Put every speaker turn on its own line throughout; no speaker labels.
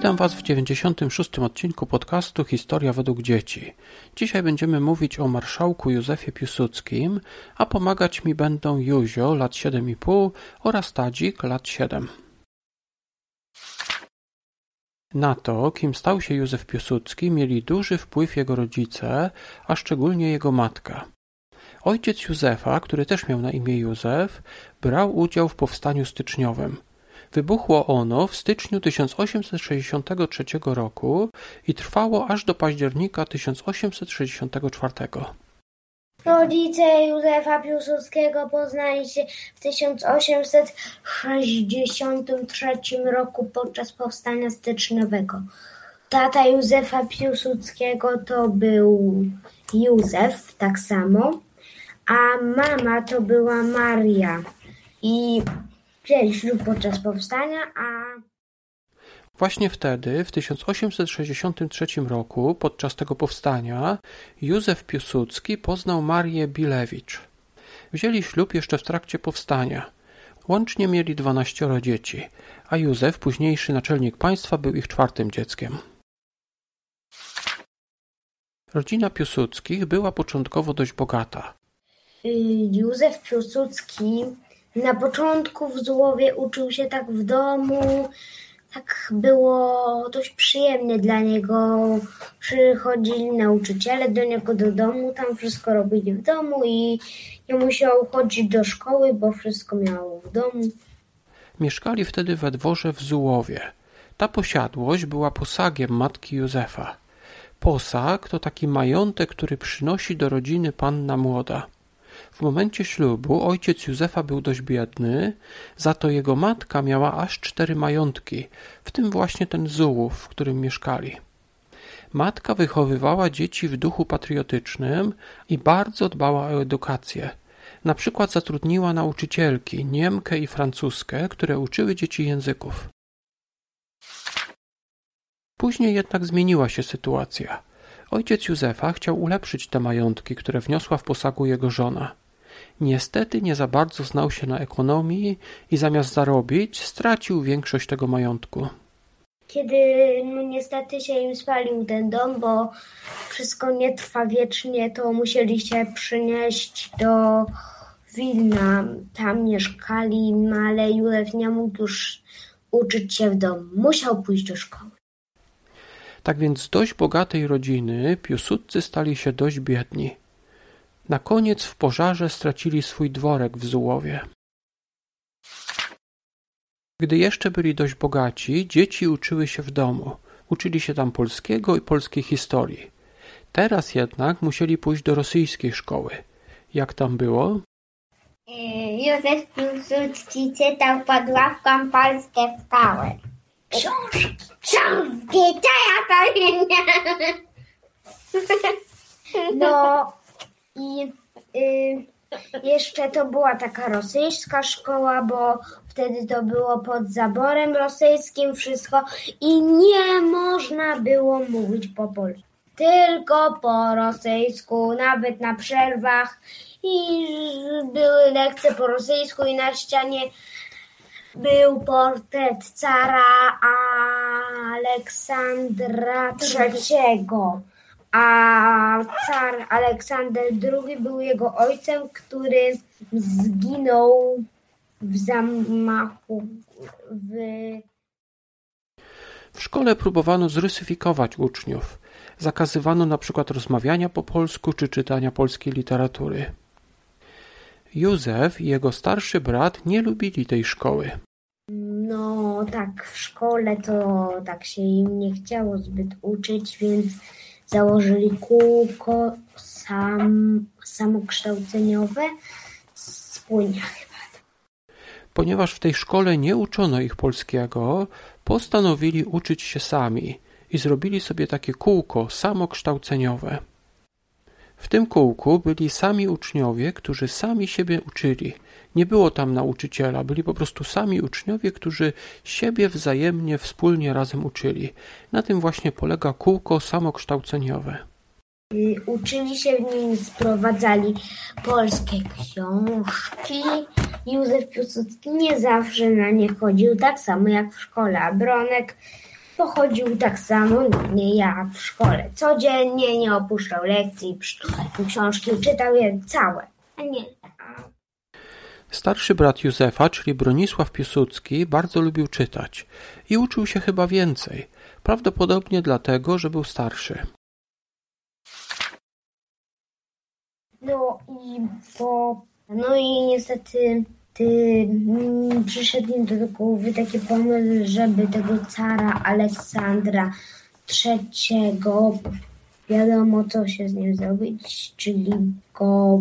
Witam Was w 96. odcinku podcastu Historia według dzieci. Dzisiaj będziemy mówić o marszałku Józefie Piłsudskim, a pomagać mi będą Józio, lat 7,5 oraz Tadzik, lat 7. Na to, kim stał się Józef Piłsudski, mieli duży wpływ jego rodzice, a szczególnie jego matka. Ojciec Józefa, który też miał na imię Józef, brał udział w powstaniu styczniowym. Wybuchło ono w styczniu 1863 roku i trwało aż do października 1864.
Rodzice Józefa Piłsudskiego poznali się w 1863 roku podczas powstania styczniowego. Tata Józefa Piłsudskiego to był Józef, tak samo, a mama to była Maria i wzięli ślub podczas powstania,
Właśnie wtedy, w 1863 roku, podczas tego powstania, Józef Piłsudski poznał Marię Bilewicz. Wzięli ślub jeszcze w trakcie powstania. Łącznie mieli 12 dzieci, a Józef, późniejszy naczelnik państwa, był ich 4. dzieckiem. Rodzina Piłsudskich była początkowo dość bogata.
Józef Piłsudski na początku w Złowie uczył się tak w domu. Tak było dość przyjemnie dla niego. Przychodzili nauczyciele do niego do domu, tam wszystko robili w domu i nie musiał chodzić do szkoły, bo wszystko miał w domu.
Mieszkali wtedy we dworze w Zułowie. Ta posiadłość była posagiem matki Józefa. Posag to taki majątek, który przynosi do rodziny panna młoda. W momencie ślubu ojciec Józefa był dość biedny, za to jego matka miała aż 4 majątki, w tym właśnie ten Zułów, w którym mieszkali. Matka wychowywała dzieci w duchu patriotycznym i bardzo dbała o edukację. Na przykład zatrudniła nauczycielki, Niemkę i Francuskę, które uczyły dzieci języków. Później jednak zmieniła się sytuacja. Ojciec Józefa chciał ulepszyć te majątki, które wniosła w posagu jego żona. Niestety nie za bardzo znał się na ekonomii i zamiast zarobić, stracił większość tego majątku.
Kiedy niestety się im spalił ten dom, bo wszystko nie trwa wiecznie, to musieli się przynieść do Wilna. Tam mieszkali, ale Józef nie mógł już uczyć się w domu. Musiał pójść do szkoły.
Tak więc z dość bogatej rodziny Piłsudscy stali się dość biedni. Na koniec w pożarze stracili swój dworek w Zułowie. Gdy jeszcze byli dość bogaci, dzieci uczyły się w domu. Uczyli się tam polskiego i polskiej historii. Teraz jednak musieli pójść do rosyjskiej szkoły. Jak tam było?
Józef Piłsudski czytał pod ławką polskie skały. Książki, to ja pamiętam. No i jeszcze to była taka rosyjska szkoła, bo wtedy to było pod zaborem rosyjskim wszystko i nie można było mówić po polsku. Tylko po rosyjsku, nawet na przerwach i były lekcje po rosyjsku i na ścianie był portret cara Aleksandra III, a car Aleksander II był jego ojcem, który zginął w zamachu
W szkole próbowano zrusyfikować uczniów. Zakazywano na przykład rozmawiania po polsku czy czytania polskiej literatury. Józef i jego starszy brat nie lubili tej szkoły.
No tak, w szkole to tak się im nie chciało zbyt uczyć, więc założyli kółko samokształceniowe z Płynia chyba.
Ponieważ w tej szkole nie uczono ich polskiego, postanowili uczyć się sami i zrobili sobie takie kółko samokształceniowe. W tym kółku byli sami uczniowie, którzy sami siebie uczyli. Nie było tam nauczyciela, byli po prostu sami uczniowie, którzy siebie wzajemnie, wspólnie razem uczyli. Na tym właśnie polega kółko samokształceniowe.
Uczyli się w nim, sprowadzali polskie książki. Józef Piłsudski nie zawsze na nie chodził, tak samo jak w szkole, a Bronek Pochodził tak samo jak w szkole. Codziennie nie opuszczał lekcji, książki czytał je całe.
Starszy brat Józefa, czyli Bronisław Piłsudski, bardzo lubił czytać i uczył się chyba więcej, prawdopodobnie dlatego, że był starszy.
No i niestety przyszedł mi do głowy taki pomysł, żeby tego cara Aleksandra III, wiadomo co się z nim zrobić, czyli go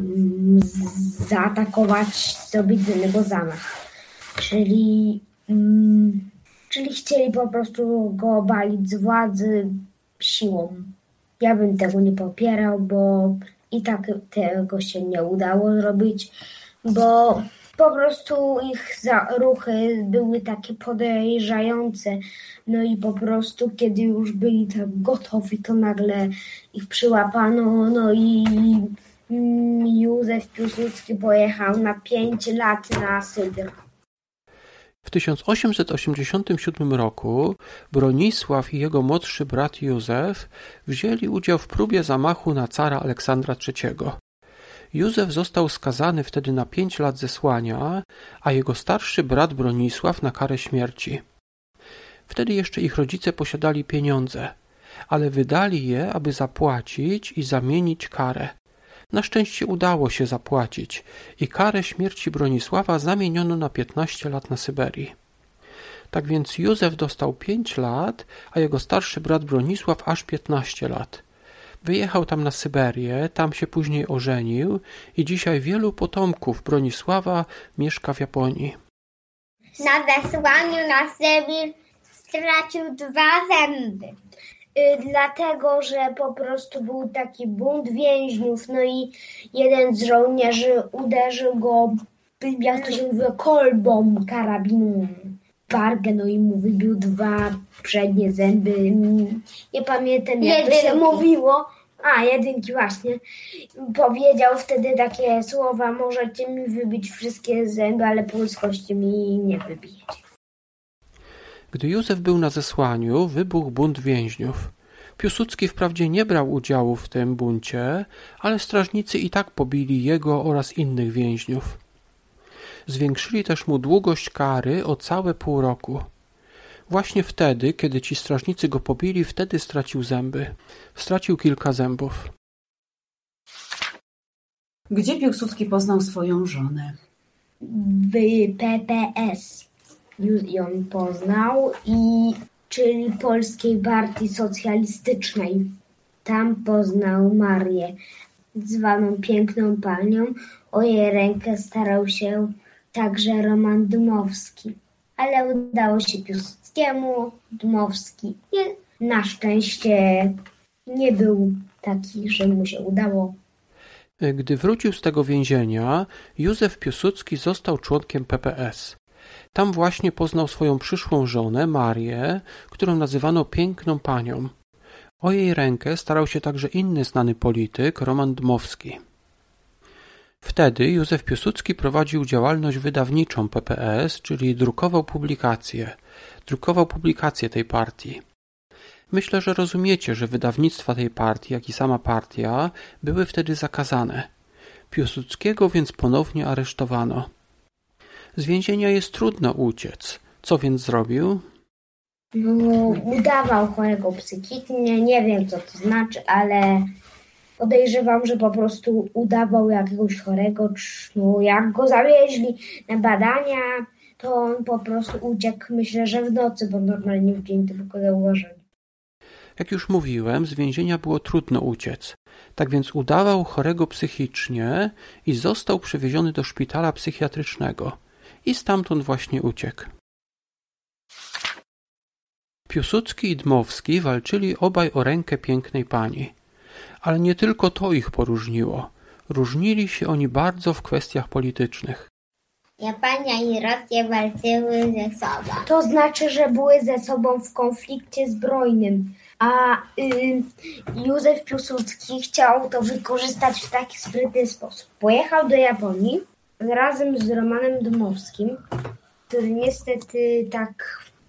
zaatakować, zrobić z niego zamach. Czyli chcieli po prostu go obalić z władzy siłą. Ja bym tego nie popierał, bo i tak tego się nie udało zrobić, bo po prostu ich ruchy były takie podejrzające. No i po prostu, kiedy już byli tak gotowi, to nagle ich przyłapano. No i Józef Piłsudski pojechał na 5 lat na Sybir.
W 1887 roku Bronisław i jego młodszy brat Józef wzięli udział w próbie zamachu na cara Aleksandra III. Józef został skazany wtedy na 5 lat zesłania, a jego starszy brat Bronisław na karę śmierci. Wtedy jeszcze ich rodzice posiadali pieniądze, ale wydali je, aby zapłacić i zamienić karę. Na szczęście udało się zapłacić i karę śmierci Bronisława zamieniono na 15 lat na Syberii. Tak więc Józef dostał 5 lat, a jego starszy brat Bronisław aż 15 lat. Wyjechał tam na Syberię, tam się później ożenił i dzisiaj wielu potomków Bronisława mieszka w Japonii.
Na zesłaniu na Sybir stracił 2 zęby.
Dlatego, że po prostu był taki bunt więźniów, no i jeden z żołnierzy uderzył go, jak to się mówi, kolbą karabinu w wargę, no i mu wybił 2 przednie zęby. Nie pamiętam, jak to się mówiło. Jedynki właśnie. Powiedział wtedy takie słowa: możecie mi wybić wszystkie zęby, ale polskości mi nie wybijecie.
Gdy Józef był na zesłaniu, wybuchł bunt więźniów. Piłsudski wprawdzie nie brał udziału w tym buncie, ale strażnicy i tak pobili jego oraz innych więźniów. Zwiększyli też mu długość kary o całe pół roku. Właśnie wtedy, kiedy ci strażnicy go pobili, wtedy stracił zęby. Stracił kilka zębów.
Gdzie Piłsudski poznał swoją żonę?
W PPS ją poznał, czyli Polskiej Partii Socjalistycznej. Tam poznał Marię, zwaną Piękną Panią. O jej rękę starał się także Roman Dmowski. Ale udało się Piłsudskiemu. Dmowski na szczęście nie był taki, że mu się udało.
Gdy wrócił z tego więzienia, Józef Piłsudski został członkiem PPS. Tam właśnie poznał swoją przyszłą żonę, Marię, którą nazywano Piękną Panią. O jej rękę starał się także inny znany polityk, Roman Dmowski. Wtedy Józef Piłsudski prowadził działalność wydawniczą PPS, czyli drukował publikacje tej partii. Myślę, że rozumiecie, że wydawnictwa tej partii, jak i sama partia, były wtedy zakazane. Piłsudskiego więc ponownie aresztowano. Z więzienia jest trudno uciec. Co więc zrobił?
Udawał chorego psychicznie, nie wiem co to znaczy, ale podejrzewam, że po prostu udawał jakiegoś chorego. Jak go zawieźli na badania, to on po prostu uciekł, myślę, że w nocy, bo normalnie w dzień to tylko zauważyli.
Jak już mówiłem, z więzienia było trudno uciec. Tak więc udawał chorego psychicznie i został przewieziony do szpitala psychiatrycznego. I stamtąd właśnie uciekł. Piłsudski i Dmowski walczyli obaj o rękę Pięknej Pani. Ale nie tylko to ich poróżniło. Różnili się oni bardzo w kwestiach politycznych.
Japonia i Rosja walczyły ze sobą.
To znaczy, że były ze sobą w konflikcie zbrojnym. A Józef Piłsudski chciał to wykorzystać w taki sprytny sposób. Pojechał do Japonii razem z Romanem Dmowskim, który niestety tak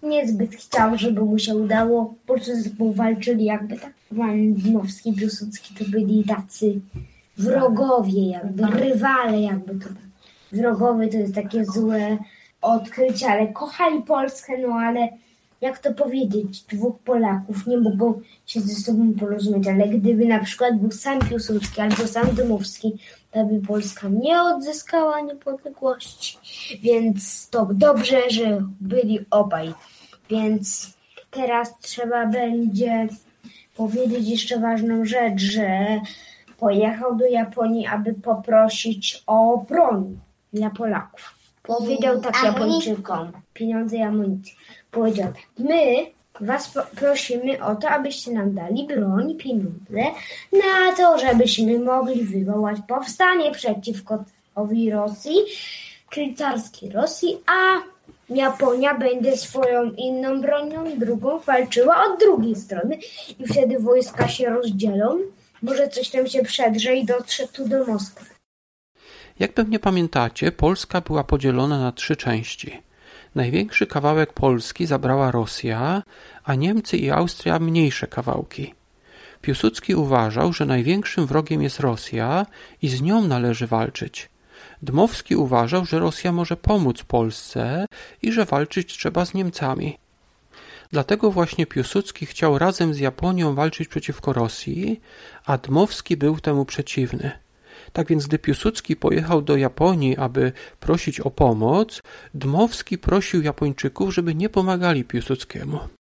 niezbyt chciał, żeby mu się udało. Po prostu ze sobą walczyli jakby tak. Pan Dmowski i Piłsudski to byli tacy wrogowie, jakby rywale, jakby to. Wrogowie to jest takie złe odkrycie, ale kochali Polskę, no ale jak to powiedzieć, dwóch Polaków nie mogą się ze sobą porozumieć, ale gdyby na przykład był sam Piłsudski albo sam Dmowski, to by Polska nie odzyskała niepodległości. Więc to dobrze, że byli obaj. Więc teraz trzeba będzie powiedzieć jeszcze ważną rzecz, że pojechał do Japonii, aby poprosić o broń dla Polaków. Powiedział tak Japończykom, pieniądze i amunicję. Powiedział tak, my was prosimy o to, abyście nam dali broń i pieniądze na to, żebyśmy mogli wywołać powstanie przeciwko Rosji, czyli carskiej Rosji, a Japonia będzie swoją inną bronią, drugą, walczyła od drugiej strony i wtedy wojska się rozdzielą. Może coś tam się przedrze i dotrze tu do Moskwy.
Jak pewnie pamiętacie, Polska była podzielona na 3 części. Największy kawałek Polski zabrała Rosja, a Niemcy i Austria mniejsze kawałki. Piłsudski uważał, że największym wrogiem jest Rosja i z nią należy walczyć. Dmowski uważał, że Rosja może pomóc Polsce i że walczyć trzeba z Niemcami. Dlatego właśnie Piłsudski chciał razem z Japonią walczyć przeciwko Rosji, a Dmowski był temu przeciwny. Tak więc gdy Piłsudski pojechał do Japonii, aby prosić o pomoc, Dmowski prosił Japończyków, żeby nie pomagali Piłsudskiemu.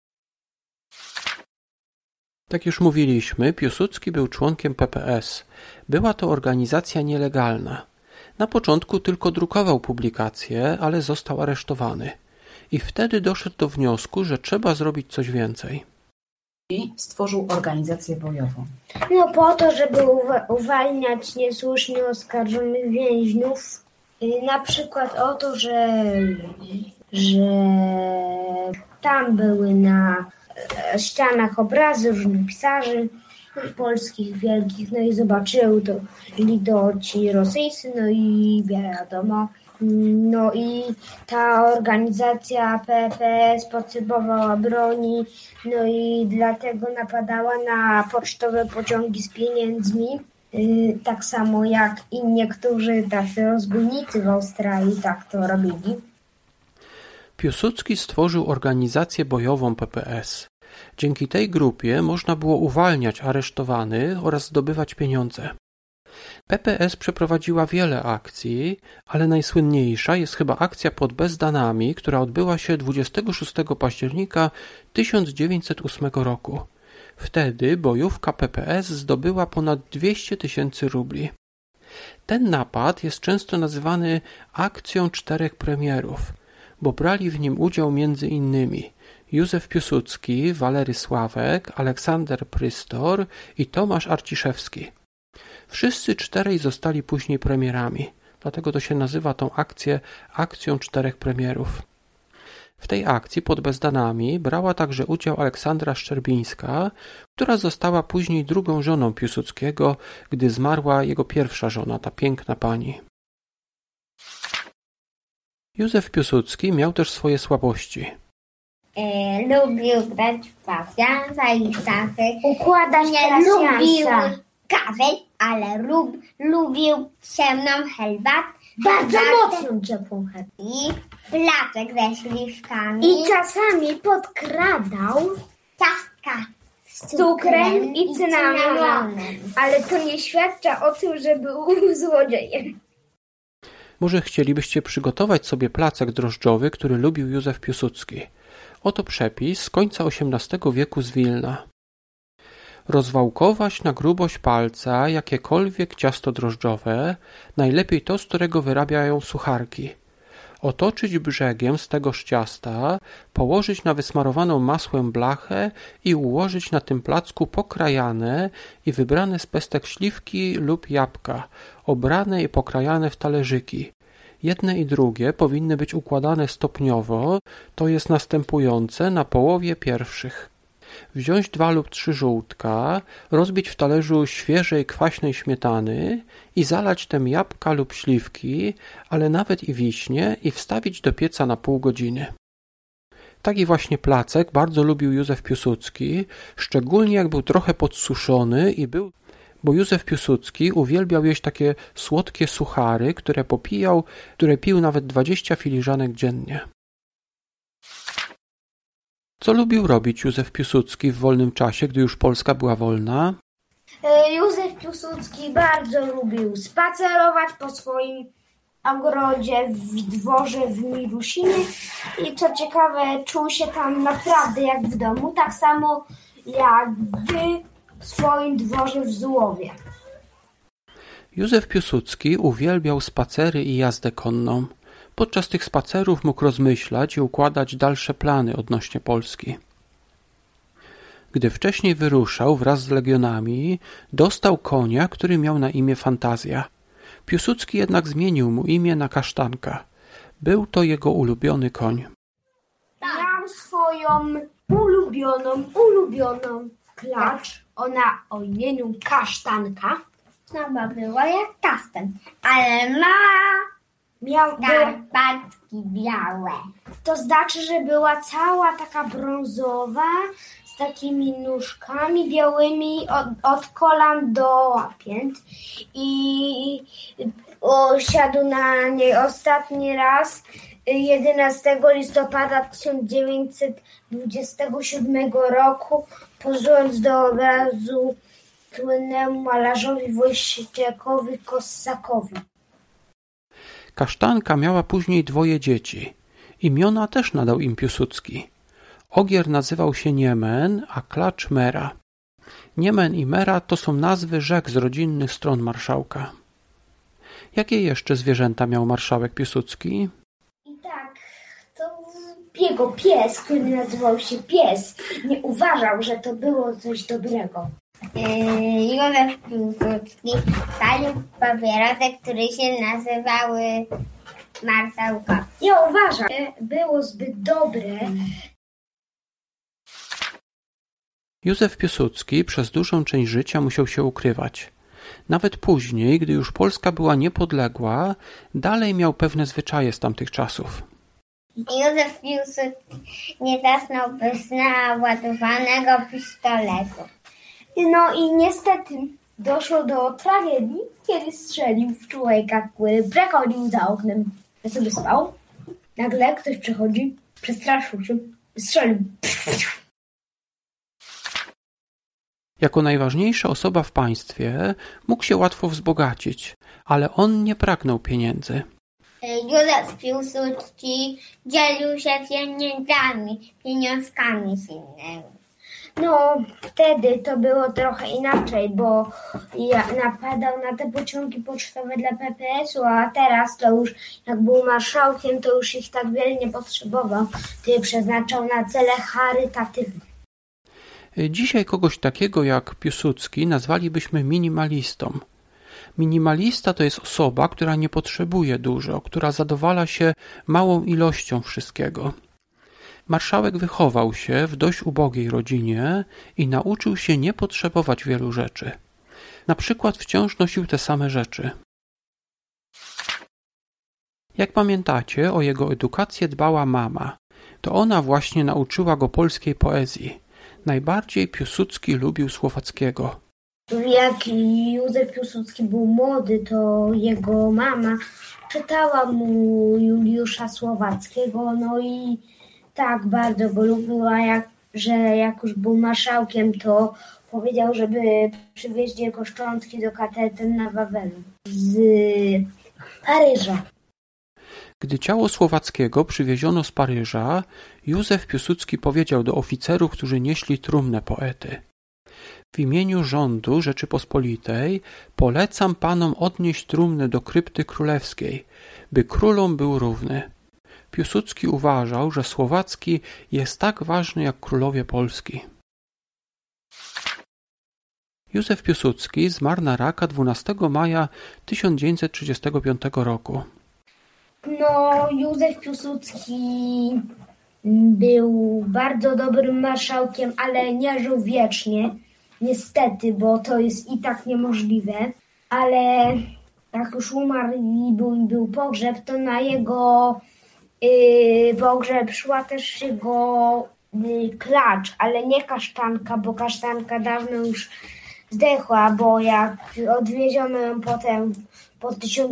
Tak już mówiliśmy, Piłsudski był członkiem PPS. Była to organizacja nielegalna. Na początku tylko drukował publikacje, ale został aresztowany. I wtedy doszedł do wniosku, że trzeba zrobić coś więcej.
I stworzył organizację bojową.
No po to, żeby uwalniać niesłusznie oskarżonych więźniów. Na przykład o to, że tam były na ścianach obrazy różnych pisarzy polskich wielkich, no i zobaczyły to ci rosyjscy, no i wiadomo, no i ta organizacja PPS potrzebowała broni, no i dlatego napadała na pocztowe pociągi z pieniędzmi, tak samo jak i niektórzy tacy rozbójnicy w Australii tak to robili.
Piłsudski stworzył organizację bojową PPS. Dzięki tej grupie można było uwalniać aresztowanych oraz zdobywać pieniądze. PPS przeprowadziła wiele akcji, ale najsłynniejsza jest chyba akcja pod Bezdanami, która odbyła się 26 października 1908 roku. Wtedy bojówka PPS zdobyła ponad 200 000 rubli. Ten napad jest często nazywany akcją 4 premierów, bo brali w nim udział m.in. Józef Piłsudski, Walery Sławek, Aleksander Prystor i Tomasz Arciszewski. Wszyscy 4 zostali później premierami, dlatego to się nazywa tą akcję akcją 4 premierów. W tej akcji pod Bezdanami brała także udział Aleksandra Szczerbińska, która została później drugą żoną Piłsudskiego, gdy zmarła jego pierwsza żona, ta piękna pani. Józef Piłsudski miał też swoje słabości.
Lubił grać w pasjansa i szachy.
Układać
Lubił
pasjansa.
kawę, ale lubił ciemną herbatę.
Bardzo mocną ciepłą herbatę.
I placek ze śliwkami.
I czasami podkradał
ciastka
z cukrem i cynamonem. Ale to nie świadczy o tym, że był złodziejem.
Może chcielibyście przygotować sobie placek drożdżowy, który lubił Józef Piłsudski. Oto przepis z końca XVIII wieku z Wilna. Rozwałkować na grubość palca jakiekolwiek ciasto drożdżowe, najlepiej to, z którego wyrabiają sucharki. Otoczyć brzegiem z tegoż ciasta, położyć na wysmarowaną masłem blachę i ułożyć na tym placku pokrajane i wybrane z pestek śliwki lub jabłka, obrane i pokrajane w talerzyki. Jedne i drugie powinny być układane stopniowo, to jest następujące na połowie pierwszych. Wziąć 2 lub 3 żółtka, rozbić w talerzu świeżej, kwaśnej śmietany i zalać tem jabłka lub śliwki, ale nawet i wiśnie i wstawić do pieca na pół godziny. Taki właśnie placek bardzo lubił Józef Piłsudski, szczególnie jak był trochę podsuszony bo Józef Piłsudski uwielbiał jeść takie słodkie suchary, które pił nawet 20 filiżanek dziennie. Co lubił robić Józef Piłsudski w wolnym czasie, gdy już Polska była wolna?
Józef Piłsudski bardzo lubił spacerować po swoim ogrodzie w dworze w Milusinie i co ciekawe, czuł się tam naprawdę jak w domu, tak samo jak w swoim dworze w Zułowie.
Józef Piłsudski uwielbiał spacery i jazdę konną. Podczas tych spacerów mógł rozmyślać i układać dalsze plany odnośnie Polski. Gdy wcześniej wyruszał wraz z legionami, dostał konia, który miał na imię Fantazja. Piłsudski jednak zmienił mu imię na Kasztanka. Był to jego ulubiony koń.
Miał swoją ulubioną klacz, ona o imieniu Kasztanka.
No bo było jak kasztan, ale
Miał
skarpetki białe.
To znaczy, że była cała taka brązowa, z takimi nóżkami białymi od kolan do łapięt. I siadł na niej ostatni raz 11 listopada 1927 roku, pozując do obrazu słynnemu malarzowi Wojciechowi Kossakowi.
Kasztanka miała później 2 dzieci. Imiona też nadał im Piłsudski. Ogier nazywał się Niemen, a klacz Mera. Niemen i Mera to są nazwy rzek z rodzinnych stron marszałka. Jakie jeszcze zwierzęta miał marszałek Piłsudski?
I tak, to jego pies, który nazywał się Pies, nie uważał, że to było coś dobrego.
Józef Piłsudski palił papierosy, które się nazywały marszałka.
Nie uważam, że było zbyt dobre.
Józef Piłsudski przez dużą część życia musiał się ukrywać. Nawet później, gdy już Polska była niepodległa, dalej miał pewne zwyczaje z tamtych czasów.
Józef Piłsudski nie zasnął bez naładowanego pistoletu.
No i niestety doszło do tragedii, kiedy strzelił w człowieka, który przechodził za oknem. Ja sobie spał. Nagle ktoś przychodzi, przestraszył się, strzelił.
Jako najważniejsza osoba w państwie mógł się łatwo wzbogacić, ale on nie pragnął pieniędzy.
Józef Piłsudski dzielił się pieniążkami z innymi.
No, wtedy to było trochę inaczej, bo napadał na te pociągi pocztowe dla PPS-u, a teraz to już, jak był marszałkiem, to już ich tak wiele nie potrzebował. Ty przeznaczał na cele charytatywne.
Dzisiaj kogoś takiego jak Piłsudski nazwalibyśmy minimalistą. Minimalista to jest osoba, która nie potrzebuje dużo, która zadowala się małą ilością wszystkiego. Marszałek wychował się w dość ubogiej rodzinie i nauczył się nie potrzebować wielu rzeczy. Na przykład wciąż nosił te same rzeczy. Jak pamiętacie, o jego edukację dbała mama. To ona właśnie nauczyła go polskiej poezji. Najbardziej Piłsudski lubił Słowackiego.
Jak Józef Piłsudski był młody, to jego mama czytała mu Juliusza Słowackiego, no i tak bardzo go lubiła, że jak już był marszałkiem, to powiedział, żeby przywieźć jego szczątki do katedry na Wawelu z Paryża.
Gdy ciało Słowackiego przywieziono z Paryża, Józef Piłsudski powiedział do oficerów, którzy nieśli trumnę poety: w imieniu rządu Rzeczypospolitej polecam panom odnieść trumnę do krypty królewskiej, by królom był równy. Piłsudski uważał, że Słowacki jest tak ważny jak królowie Polski. Józef Piłsudski zmarł na raka 12 maja 1935 roku.
No, Józef Piłsudski był bardzo dobrym marszałkiem, ale nie żył wiecznie. Niestety, bo to jest i tak niemożliwe. Ale jak już umarł i był pogrzeb, to na jego pogrzeb szła też jego klacz, ale nie kasztanka, bo kasztanka dawno już zdechła, bo jak odwieziono ją potem po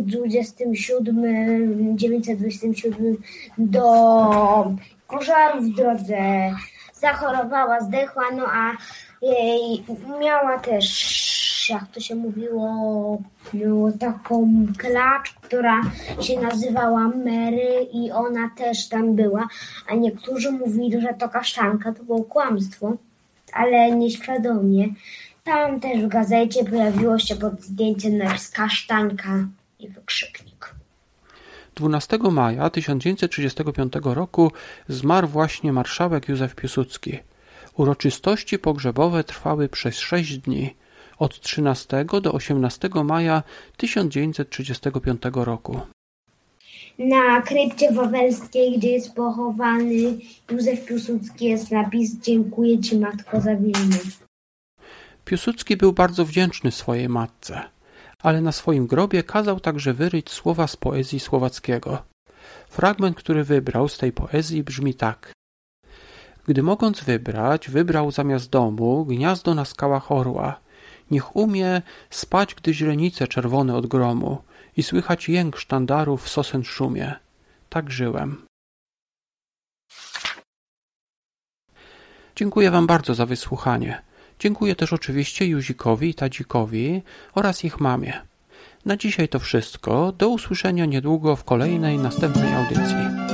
1927 do pożaru w drodze, zachorowała, zdechła, no a jej miała też, jak to się mówiło, taką klacz, która się nazywała Mary i ona też tam była, a niektórzy mówili, że to kasztanka, to było kłamstwo, ale nieświadomie. Tam też w gazecie pojawiło się pod zdjęciem napis kasztanka i wykrzyknik.
12 maja 1935 roku zmarł właśnie marszałek Józef Piłsudski. Uroczystości pogrzebowe trwały przez 6 dni, od 13 do 18 maja 1935 roku.
Na krypcie wawelskiej, gdzie jest pochowany Józef Piłsudski, jest napis: dziękuję Ci, Matko, za Wilno.
Piłsudski był bardzo wdzięczny swojej matce, ale na swoim grobie kazał także wyryć słowa z poezji słowackiego. Fragment, który wybrał z tej poezji, brzmi tak. Gdy mogąc wybrać, wybrał zamiast domu gniazdo na skałach orła. Niech umie spać, gdy źrenice czerwone od gromu i słychać jęk sztandarów w sosen szumie. Tak żyłem. Dziękuję Wam bardzo za wysłuchanie. Dziękuję też oczywiście Józikowi i Tadzikowi oraz ich mamie. Na dzisiaj to wszystko. Do usłyszenia niedługo w kolejnej, następnej audycji.